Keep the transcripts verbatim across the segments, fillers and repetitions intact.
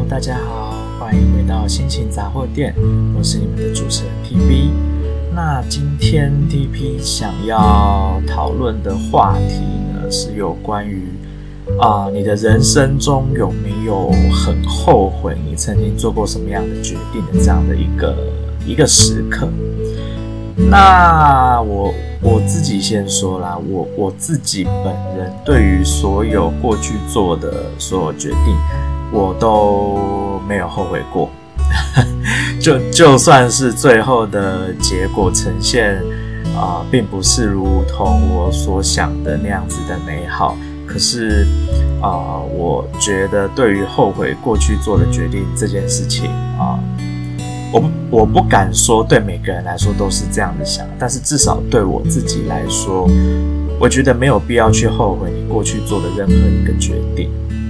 Hello， 大家好，欢迎回到心情杂货店，我是你们的主持人 T B。那今天 T B 想要讨论的话题呢，是有关于啊、呃，你的人生中有没有很后悔你曾经做过什么样的决定的这样的一个一个时刻。那我我自己先说啦，我我自己本人对于所有过去做的所有决定，我都没有后悔过。就就算是最后的结果呈现啊、呃，并不是如同我所想的那样子的美好，可是啊、呃，我觉得对于后悔过去做的决定这件事情啊。呃我不我不敢说对每个人来说都是这样的想，但是至少对我自己来说，我觉得没有必要去后悔你过去做的任何一个决定。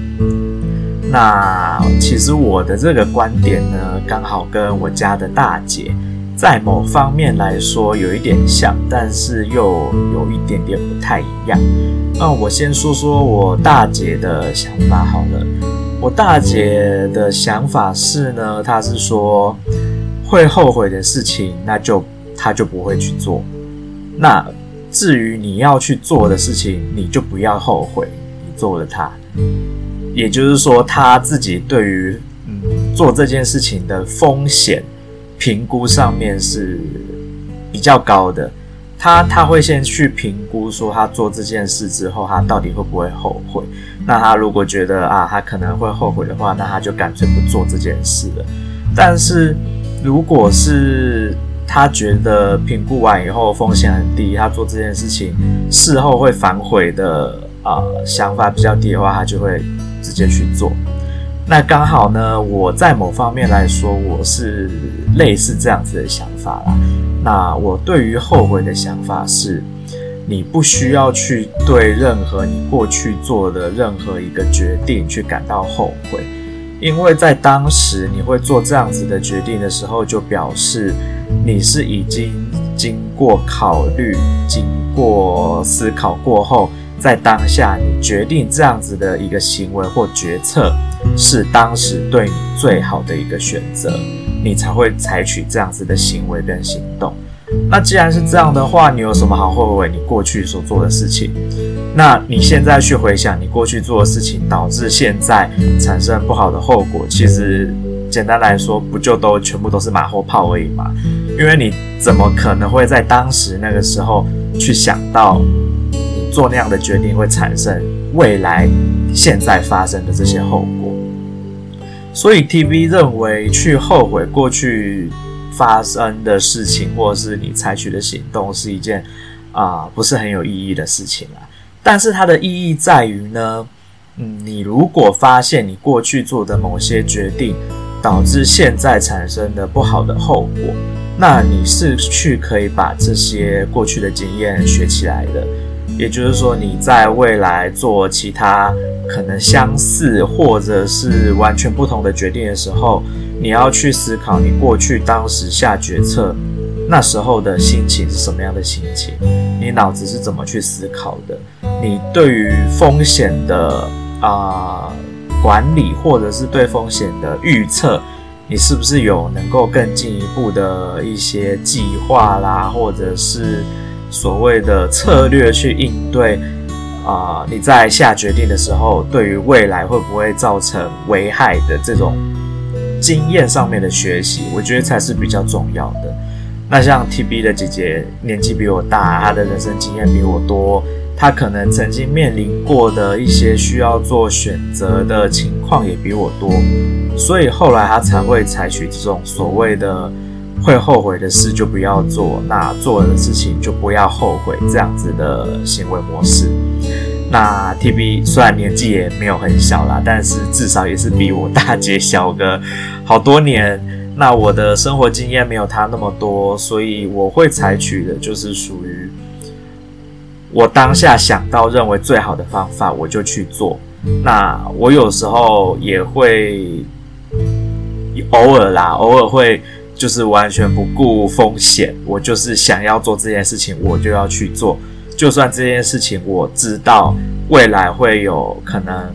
那其实我的这个观点呢，刚好跟我家的大姐在某方面来说有一点像，但是又有一点点不太一样。那我先说说我大姐的想法好了。我大姐的想法是呢，她是说会后悔的事情，那就她就不会去做。那至于你要去做的事情，你就不要后悔你做了它。也就是说，她自己对于嗯做这件事情的风险评估上面是比较高的。他他会先去评估说他做这件事之后他到底会不会后悔，那他如果觉得啊他可能会后悔的话，那他就干脆不做这件事了。但是如果是他觉得评估完以后风险很低，他做这件事情事后会反悔的啊、呃、想法比较低的话，他就会直接去做。那刚好呢，我在某方面来说我是类似这样子的想法啦。那我对于后悔的想法是，你不需要去对任何你过去做的任何一个决定去感到后悔，因为在当时你会做这样子的决定的时候，就表示你是已经经过考虑、经过思考过后，在当下你决定这样子的一个行为或决策是当时对你最好的一个选择，你才会采取这样子的行为跟行动。那既然是这样的话，你有什么好后悔你过去所做的事情？那你现在去回想你过去做的事情导致现在产生不好的后果，其实简单来说不就都全部都是马后炮而已嘛？因为你怎么可能会在当时那个时候去想到你做那样的决定会产生未来现在发生的这些后果？所以 T V 认为去后悔过去发生的事情，或者是你采取的行动是一件啊、呃、不是很有意义的事情啦。但是它的意义在于呢，嗯，你如果发现你过去做的某些决定导致现在产生的不好的后果，那你是去可以把这些过去的经验学起来的。也就是说，你在未来做其他可能相似或者是完全不同的决定的时候，你要去思考你过去当时下决策那时候的心情是什么样的心情，你脑子是怎么去思考的，你对于风险的啊、呃、管理或者是对风险的预测，你是不是有能够更进一步的一些计划啦，或者是所谓的策略去应对啊、呃，你在下决定的时候，对于未来会不会造成危害的这种经验上面的学习，我觉得才是比较重要的。那像 T B 的姐姐年纪比我大，她的人生经验比我多，她可能曾经面临过的一些需要做选择的情况也比我多，所以后来她才会采取这种所谓的会后悔的事就不要做，那做的事情就不要后悔这样子的行为模式。那 T B 虽然年纪也没有很小啦，但是至少也是比我大姐小个好多年。那我的生活经验没有她那么多，所以我会采取的就是属于我当下想到认为最好的方法我就去做。那我有时候也会偶尔啦，偶尔会就是完全不顾风险，我就是想要做这件事情我就要去做，就算这件事情我知道未来会有可能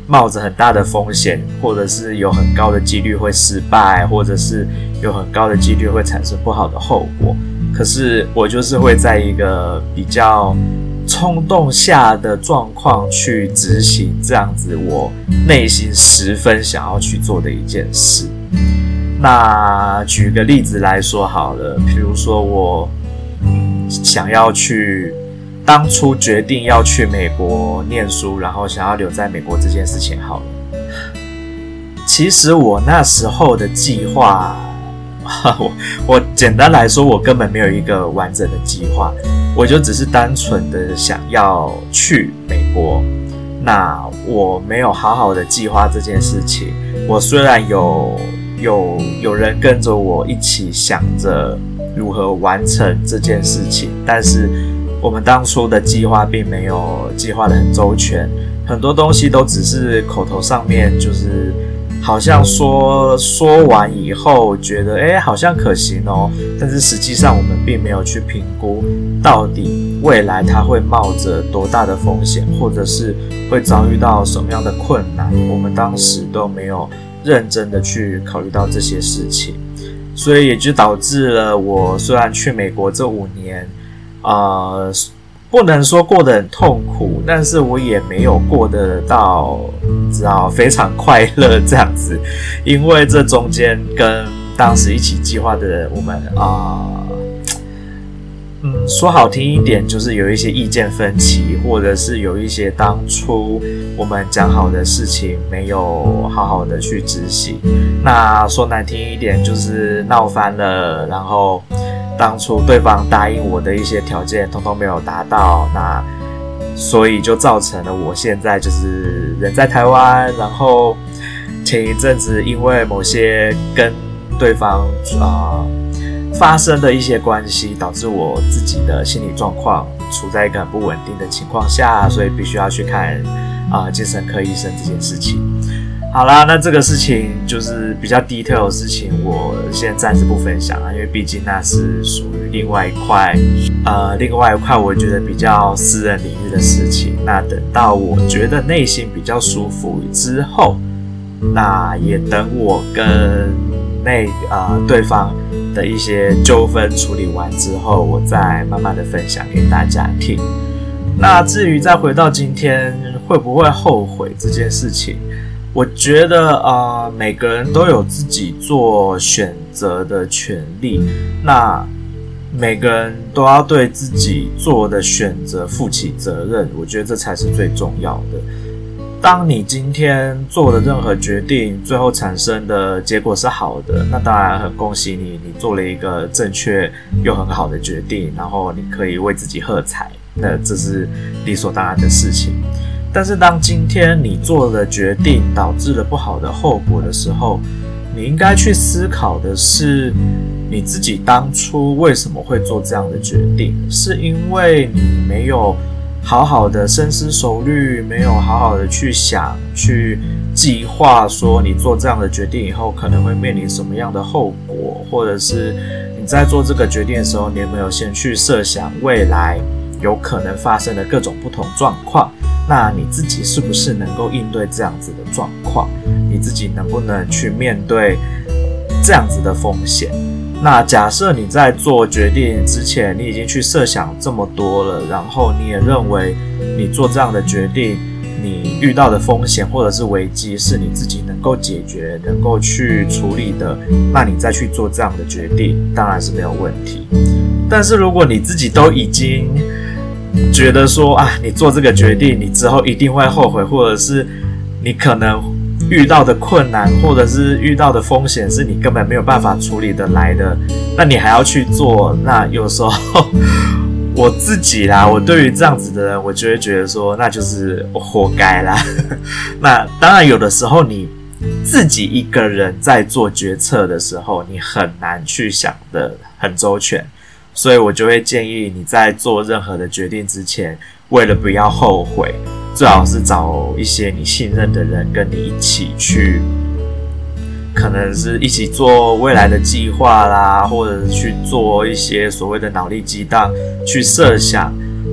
冒着很大的风险，或者是有很高的几率会失败，或者是有很高的几率会产生不好的后果。可是我就是会在一个比较冲动下的状况去执行这样子我内心十分想要去做的一件事。那举个例子来说好了，比如说我想要去当初决定要去美国念书，然后想要留在美国这件事情好了。其实我那时候的计划，我我简单来说，我根本没有一个完整的计划，我就只是单纯的想要去美国。那我没有好好的计划这件事情。我虽然有有有人跟着我一起想着如何完成这件事情，但是我们当初的计划并没有计划得很周全，很多东西都只是口头上面就是好像说说完以后觉得诶好像可行哦，但是实际上我们并没有去评估到底未来它会冒着多大的风险，或者是会遭遇到什么样的困难，我们当时都没有认真的去考虑到这些事情。所以也就导致了我虽然去美国这五年呃，不能说过得很痛苦，但是我也没有过得到你知道非常快乐这样子，因为这中间跟当时一起计划的人我们啊、呃，嗯，说好听一点就是有一些意见分歧，或者是有一些当初我们讲好的事情没有好好的去执行，那说难听一点就是闹翻了，然后当初对方答应我的一些条件通通没有达到，那所以就造成了我现在就是人在台湾，然后前一阵子因为某些跟对方呃发生的一些关系，导致我自己的心理状况处在一个很不稳定的情况下，所以必须要去看啊、呃、精神科医生这件事情。好啦，那这个事情就是比较 detail 的事情，我先暂时不分享啊，因为毕竟那是属于另外一块，呃，另外一块我觉得比较私人领域的事情。那等到我觉得内心比较舒服之后，那也等我跟那呃对方的一些纠纷处理完之后，我再慢慢的分享给大家听。那至于再回到今天会不会后悔这件事情，我觉得呃，每个人都有自己做选择的权利，那每个人都要对自己做的选择负起责任，我觉得这才是最重要的。当你今天做的任何决定，最后产生的结果是好的，那当然很恭喜你，你做了一个正确又很好的决定，然后你可以为自己喝彩，那这是理所当然的事情。但是当今天你做的决定导致了不好的后果的时候，你应该去思考的是你自己当初为什么会做这样的决定，是因为你没有好好的深思熟虑，没有好好的去想去计划说你做这样的决定以后可能会面临什么样的后果，或者是你在做这个决定的时候，你有没有先去设想未来有可能发生的各种不同状况，那你自己是不是能够应对这样子的状况，你自己能不能去面对这样子的风险。那假设你在做决定之前，你已经去设想这么多了，然后你也认为你做这样的决定，你遇到的风险或者是危机是你自己能够解决能够去处理的，那你再去做这样的决定当然是没有问题。但是如果你自己都已经觉得说啊，你做这个决定你之后一定会后悔，或者是你可能遇到的困难或者是遇到的风险是你根本没有办法处理得来的，那你还要去做，那有时候我自己啦，我对于这样子的人，我就会觉得说那就是活该啦那当然有的时候你自己一个人在做决策的时候，你很难去想得很周全，所以我就会建议你在做任何的决定之前，为了不要后悔，最好是找一些你信任的人跟你一起去，可能是一起做未来的计划啦，或者是去做一些所谓的脑力激荡，去设想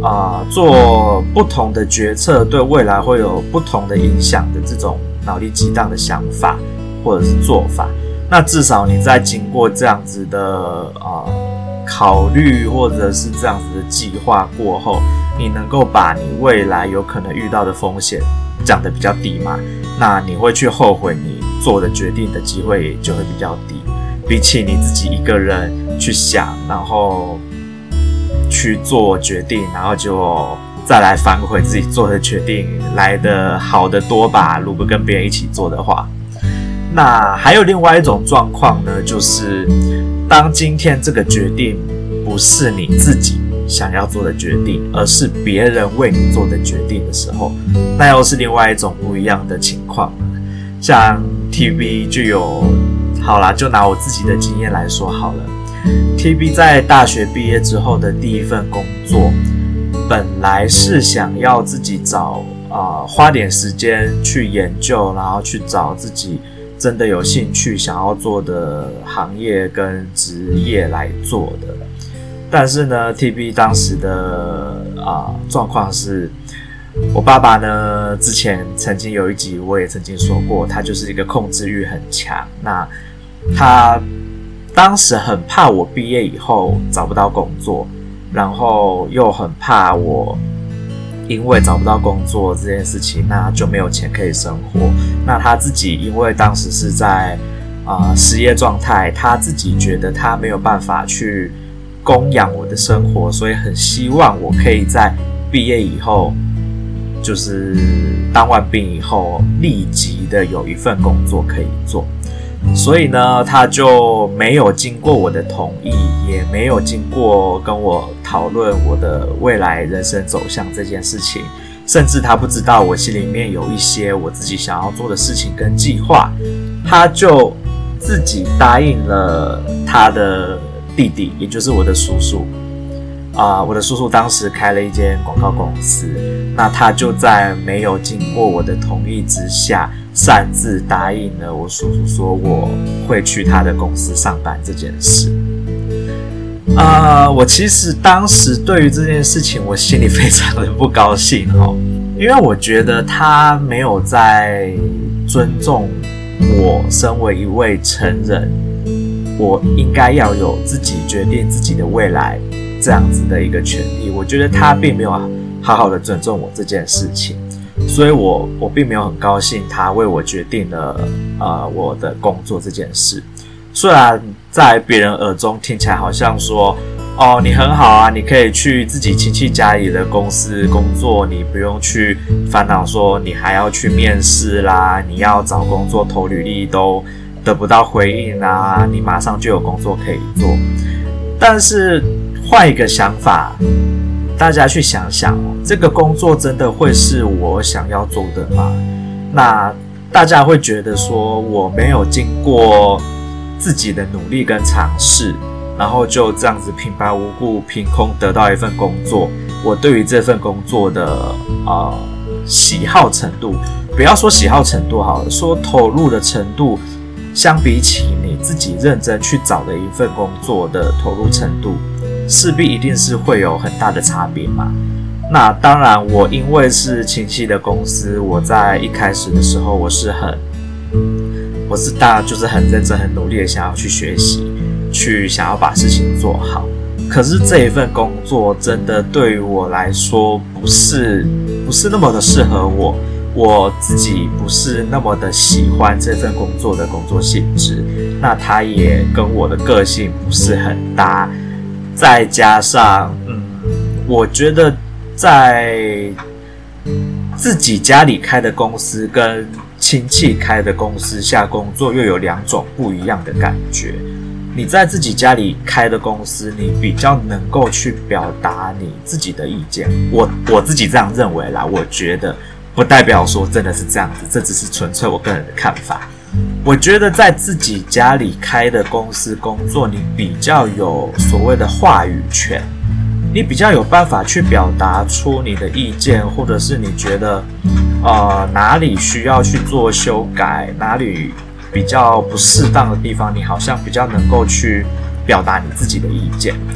啊、呃、做不同的决策，对未来会有不同的影响的这种脑力激荡的想法或者是做法。那至少你在经过这样子的啊、呃、考虑或者是这样子的计划过后，你能够把你未来有可能遇到的风险降得比较低嘛？那你会去后悔你做的决定的机会也就会比较低，比起你自己一个人去想，然后去做决定，然后就再来反悔自己做的决定来得好得多吧。如果跟别人一起做的话，那还有另外一种状况呢，就是当今天这个决定不是你自己想要做的决定，而是别人为你做的决定的时候，那又是另外一种不一样的情况。像 T B 就有，好啦，就拿我自己的经验来说好了。T B 在大学毕业之后的第一份工作，本来是想要自己找啊、呃，花点时间去研究，然后去找自己真的有兴趣想要做的行业跟职业来做的。但是呢 ，T B 当时的啊状况是，我爸爸呢之前曾经有一集我也曾经说过，他就是一个控制欲很强。那他当时很怕我毕业以后找不到工作，然后又很怕我因为找不到工作这件事情，那就没有钱可以生活。那他自己因为当时是在啊、呃、失业状态，他自己觉得他没有办法去供养我的生活，所以很希望我可以在毕业以后，就是当完兵以后，立即的有一份工作可以做。所以呢，他就没有经过我的同意，也没有经过跟我讨论我的未来人生走向这件事情，甚至他不知道我心里面有一些我自己想要做的事情跟计划，他就自己答应了他的弟弟，也就是我的叔叔啊、呃，我的叔叔当时开了一间广告公司，那他就在没有经过我的同意之下，擅自答应了我叔叔说我会去他的公司上班这件事。呃，我其实当时对于这件事情，我心里非常的不高兴哦，因为我觉得他没有在尊重我身为一位成人，我应该要有自己决定自己的未来这样子的一个权利。我觉得他并没有好好的尊重我这件事情，所以我我并没有很高兴他为我决定了呃我的工作这件事。虽然在别人耳中听起来好像说，哦，你很好啊，你可以去自己亲戚家里的公司工作，你不用去烦恼说你还要去面试啦，你要找工作投履历都得不到回应啦，你马上就有工作可以做。但是换一个想法，大家去想想，这个工作真的会是我想要做的吗？那大家会觉得说，我没有经过自己的努力跟尝试，然后就这样子平白无故凭空得到一份工作，我对于这份工作的呃喜好程度，不要说喜好程度好了，说投入的程度，相比起你自己认真去找的一份工作的投入程度，势必一定是会有很大的差别嘛。那当然，我因为是亲戚的公司，我在一开始的时候，我是很，我是当然就是很认真、很努力的想要去学习，去想要把事情做好。可是这一份工作真的对于我来说，不是不是那么的适合我。我自己不是那么的喜欢这份工作的工作性质，那它也跟我的个性不是很搭，再加上，嗯，我觉得在自己家里开的公司跟亲戚开的公司下工作又有两种不一样的感觉。你在自己家里开的公司，你比较能够去表达你自己的意见，我我自己这样认为啦，我觉得。不代表说真的是这样子，这只是纯粹我个人的看法。我觉得在自己家里开的公司工作，你比较有所谓的话语权，你比较有办法去表达出你的意见，或者是你觉得呃哪里需要去做修改，哪里比较不适当的地方，你好像比较能够去表达你自己的意见。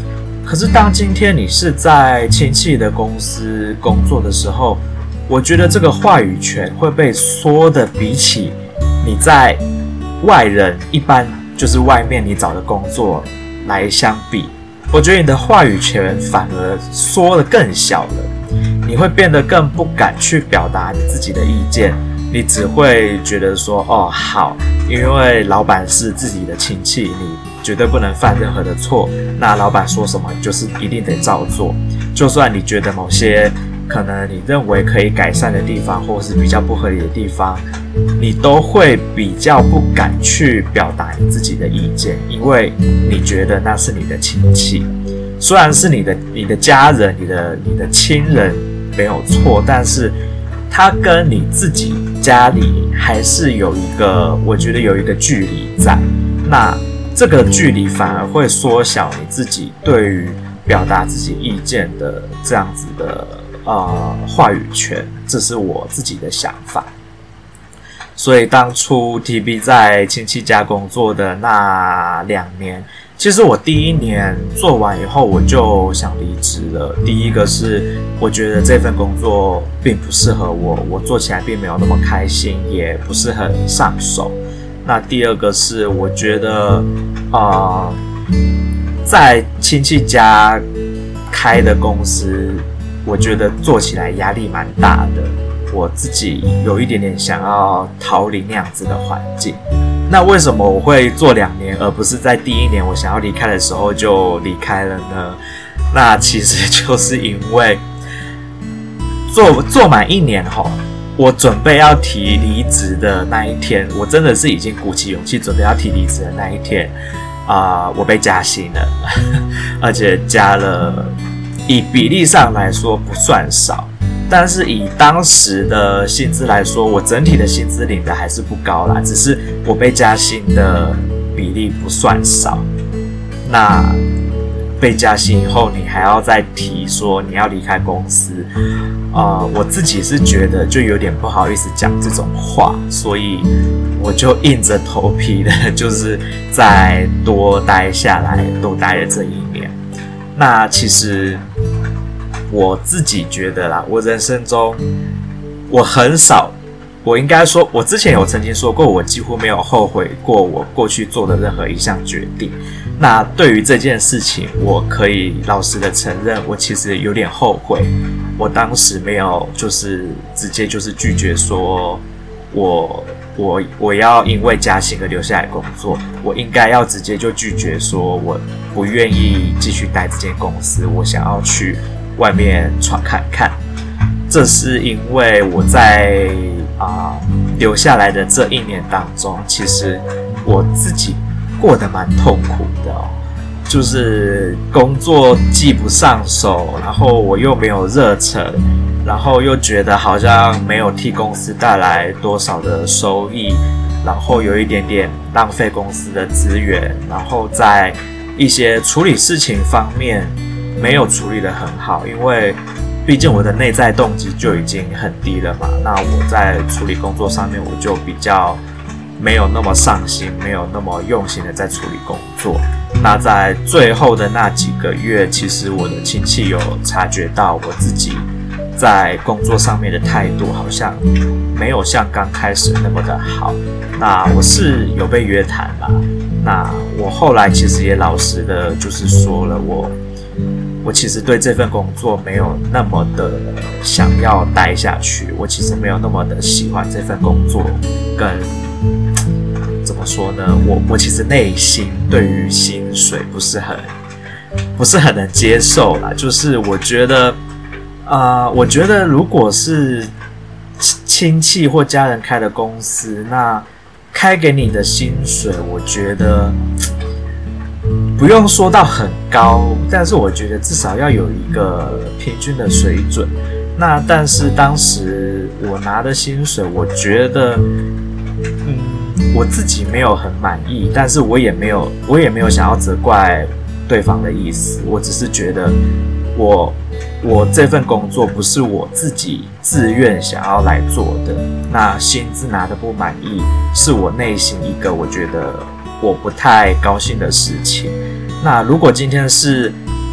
可是当今天你是在亲戚的公司工作的时候，我觉得这个话语权会被缩的比起你在外人一般就是外面你找的工作来相比，我觉得你的话语权反而缩得更小了。你会变得更不敢去表达你自己的意见，你只会觉得说哦好，因为老板是自己的亲戚，你绝对不能犯任何的错，那老板说什么你就是一定得照做，就算你觉得某些可能你认为可以改善的地方或是比较不合理的地方，你都会比较不敢去表达你自己的意见，因为你觉得那是你的亲戚，虽然是你的你的家人你的你的亲人没有错，但是他跟你自己家里还是有一个我觉得有一个距离在，那这个距离反而会缩小你自己对于表达自己意见的这样子的呃话语权，这是我自己的想法。所以当初 T B 在亲戚家工作的那两年，其实我第一年做完以后我就想离职了。第一个是我觉得这份工作并不适合我，我做起来并没有那么开心，也不是很上手。那第二个是我觉得呃，在亲戚家开的公司，我觉得做起来压力蛮大的，我自己有一点点想要逃离那样子的环境。那为什么我会做两年，而不是在第一年我想要离开的时候就离开了呢？那其实就是因为做做满一年后，我准备要提离职的那一天，我真的是已经鼓起勇气准备要提离职的那一天，啊、呃，我被加薪了，而且加了，以比例上来说不算少。但是以当时的薪资来说，我整体的薪资领的还是不高啦，只是我被加薪的比例不算少。那被加薪以后，你还要再提说你要离开公司，呃，我自己是觉得就有点不好意思讲这种话，所以我就硬着头皮的，就是再多待下来，多待了这一年。那其实我自己觉得啦，我人生中我很少，我应该说，我之前有曾经说过，我几乎没有后悔过我过去做的任何一项决定。那对于这件事情，我可以老实的承认，我其实有点后悔，我当时没有就是直接就是拒绝说我我我要因为加薪而留下来工作，我应该要直接就拒绝说我不愿意继续待这间公司，我想要去外面闯看看。这是因为我在啊、呃、留下来的这一年当中，其实我自己过得蛮痛苦的哦，就是工作既不上手，然后我又没有热忱，然后又觉得好像没有替公司带来多少的收益，然后有一点点浪费公司的资源，然后在一些处理事情方面没有处理得很好，因为毕竟我的内在动机就已经很低了嘛，那我在处理工作上面我就比较没有那么上心，没有那么用心的在处理工作。那在最后的那几个月，其实我的亲戚有察觉到我自己在工作上面的态度好像没有像刚开始那么的好。那我是有被约谈啦，那我后来其实也老实的就是说了，我我其实对这份工作没有那么的想要待下去，我其实没有那么的喜欢这份工作，跟怎么说呢，我我其实内心对于薪水不是很不是很能接受啦，就是我觉得呃，我觉得如果是亲戚或家人开的公司，那开给你的薪水，我觉得不用说到很高，但是我觉得至少要有一个平均的水准。那但是当时我拿的薪水，我觉得，嗯，我自己没有很满意，但是我也没有，我也没有想要责怪对方的意思，我只是觉得我我这份工作不是我自己自愿想要来做的，那薪资拿的不满意，是我内心一个我觉得我不太高兴的事情。那如果今天是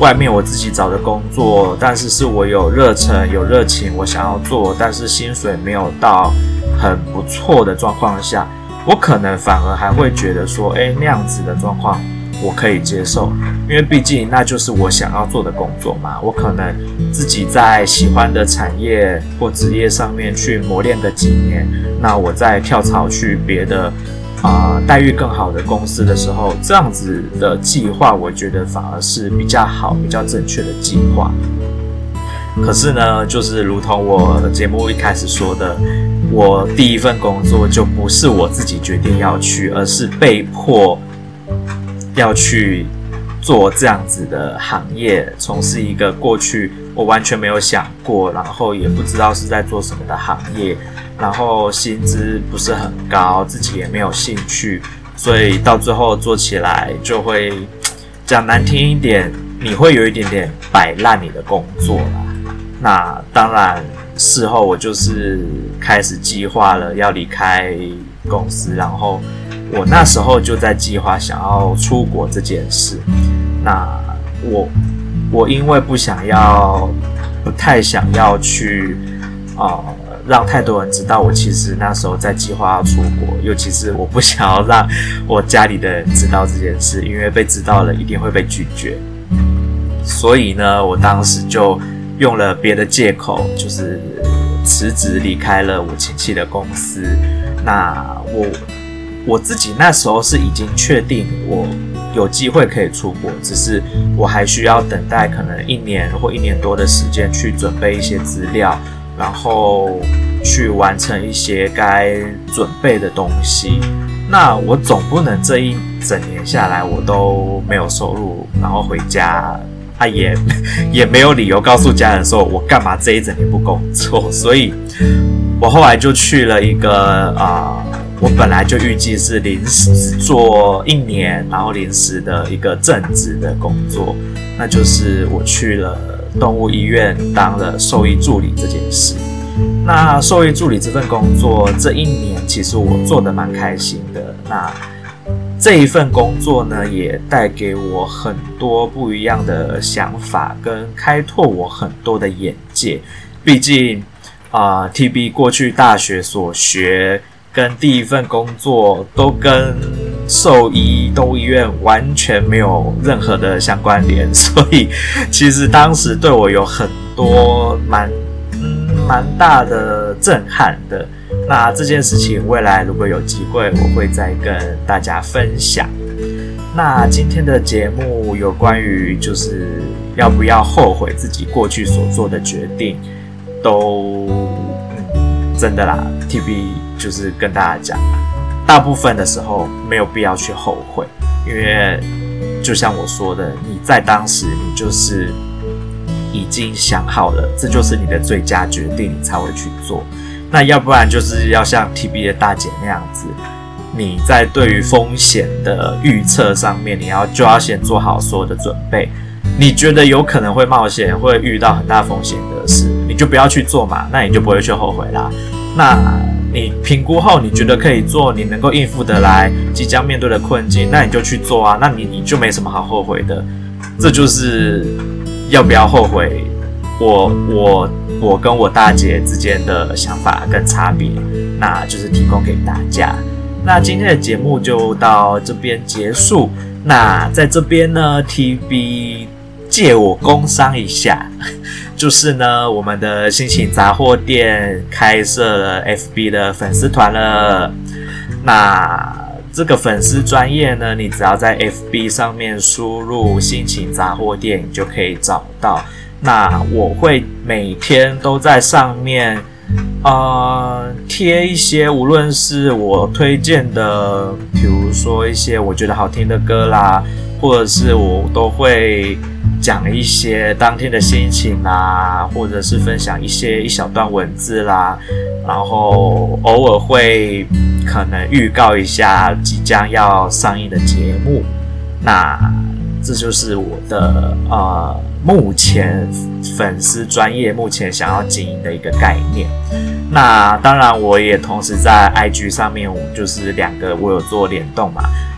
外面我自己找的工作，但是是我有热忱、有热情，我想要做，但是薪水没有到很不错的状况下，我可能反而还会觉得说，哎，那样子的状况我可以接受，因为毕竟那就是我想要做的工作嘛。我可能自己在喜欢的产业或职业上面去磨练个几年，那我再跳槽去别的啊、呃、待遇更好的公司的时候，这样子的计划，我觉得反而是比较好、比较正确的计划。可是呢，就是如同我节目一开始说的，我第一份工作就不是我自己决定要去，而是被迫要去做这样子的行业，从事一个过去我完全没有想过，然后也不知道是在做什么的行业，然后薪资不是很高，自己也没有兴趣，所以到最后做起来就会讲难听一点，你会有一点点摆烂你的工作啦。那当然事后我就是开始计划了要离开公司，然后我那时候就在计划想要出国这件事。那我我因为不想要，不太想要去呃让太多人知道我其实那时候在计划要出国，尤其是我不想要让我家里的人知道这件事，因为被知道了一定会被拒绝。所以呢，我当时就用了别的借口，就是辞职离开了我亲戚的公司。那我我自己那时候是已经确定我有机会可以出国，只是我还需要等待可能一年或一年多的时间去准备一些资料，然后去完成一些该准备的东西。那我总不能这一整年下来我都没有收入，然后回家啊也也没有理由告诉家人说我干嘛这一整年不工作，所以我后来就去了一个啊、呃，我本来就预计是临时做一年，然后临时的一个正职的工作，那就是我去了动物医院当了兽医助理这件事。那兽医助理这份工作，这一年其实我做得蛮开心的。那这一份工作呢，也带给我很多不一样的想法，跟开拓我很多的眼界。毕竟啊、呃、，T B 过去大学所学跟第一份工作都跟兽医动物医院完全没有任何的相关联，所以其实当时对我有很多蛮嗯蛮大的震撼的。那这件事情未来如果有机会，我会再跟大家分享。那今天的节目有关于就是要不要后悔自己过去所做的决定，都、嗯、真的啦 ，T B 就是跟大家讲，大部分的时候没有必要去后悔，因为就像我说的，你在当时你就是已经想好了，这就是你的最佳决定，你才会去做。那要不然就是要像 T B 的大姐那样子，你在对于风险的预测上面，你要就要先做好所有的准备。你觉得有可能会冒险，会遇到很大风险的事，你就不要去做嘛，那你就不会去后悔啦。那你评估后，你觉得可以做，你能够应付得来即将面对的困境，那你就去做啊，那你你就没什么好后悔的。这就是要不要后悔，我我我跟我大姐之间的想法跟差别，那就是提供给大家。那今天的节目就到这边结束。那在这边呢 ，T B 借我工商一下，就是呢，我们的心情杂货店开设了 F B 的粉丝团了。那这个粉丝专页呢，你只要在 F B 上面输入心情杂货店，你就可以找到。那我会每天都在上面呃贴一些，无论是我推荐的，比如说一些我觉得好听的歌啦，或者是我都会讲一些当天的心情啦，或者是分享一些一小段文字啦，然后偶尔会可能预告一下即将要上映的节目。那这就是我的呃目前粉丝专页目前想要经营的一个概念。那当然我也同时在 I G 上面就是两个我有做联动嘛，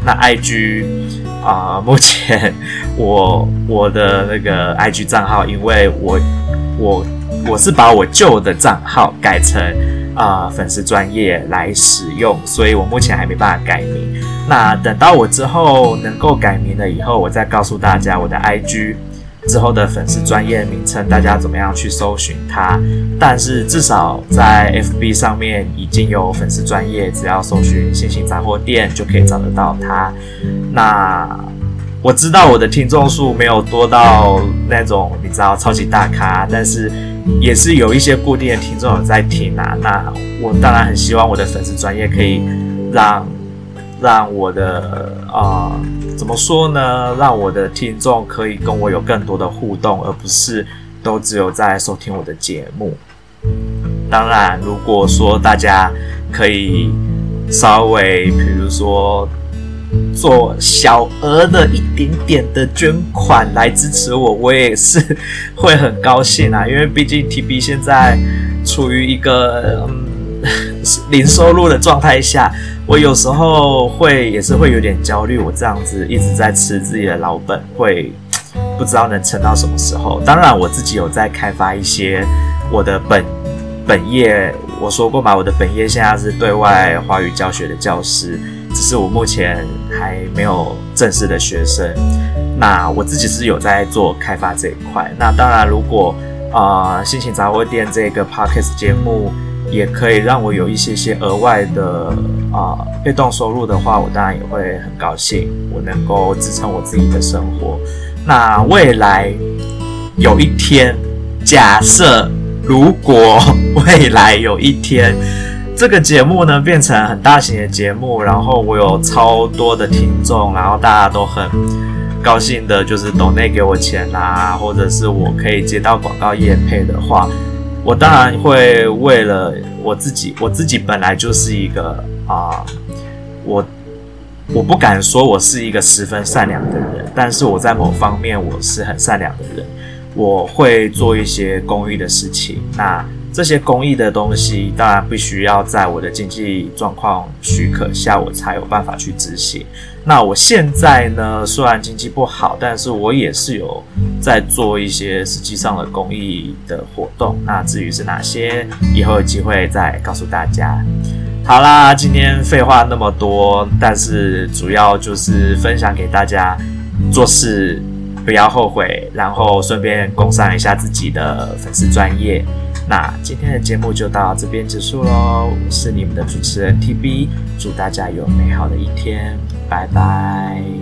那 I G 啊、呃，目前我我的那个 I G 账号，因为我我我是把我旧的账号改成啊、呃、粉丝专页来使用，所以我目前还没办法改名。那等到我之后能够改名了以后，我再告诉大家我的 I G 之后的粉丝专页名称，大家怎么样去搜寻它。但是至少在 F B 上面已经有粉丝专页，只要搜寻新型杂货店就可以找得到它。那我知道我的听众数没有多到那种你知道超级大咖，但是也是有一些固定的听众有在听啊。那我当然很希望我的粉丝专页可以让让我的呃怎么说呢？让我的听众可以跟我有更多的互动，而不是都只有在收听我的节目。当然，如果说大家可以稍微，比如说做小额的一点点的捐款来支持我，我也是会很高兴啊。因为毕竟 T B 现在处于一个嗯零收入的状态下，我有时候会也是会有点焦虑。我这样子一直在吃自己的老本，会不知道能撑到什么时候。当然，我自己有在开发一些我的本本业，我说过嘛，我的本业现在是对外华语教学的教师，只是我目前还没有正式的学生。那我自己是有在做开发这一块。那当然，如果呃心情杂货店这个 podcast 节目也可以让我有一些些额外的啊、呃、被动收入的话，我当然也会很高兴，我能够支撑我自己的生活。那未来有一天，假设如果未来有一天，这个节目呢变成很大型的节目，然后我有超多的听众，然后大家都很高兴的，就是donate给我钱啦，或者是我可以接到广告业配的话，我当然会为了我自己，我自己本来就是一个啊、呃，我我不敢说我是一个十分善良的人，但是我在某方面我是很善良的人，我会做一些公益的事情。那这些公益的东西，当然必须要在我的经济状况许可下，我才有办法去执行。那我现在呢，虽然经济不好，但是我也是有在做一些实际上的公益的活动。那至于是哪些，以后有机会再告诉大家。好啦，今天废话那么多，但是主要就是分享给大家，做事不要后悔，然后顺便工商一下自己的粉丝专页。那今天的节目就到这边结束咯，我是你们的主持人 T B， 祝大家有美好的一天，拜拜。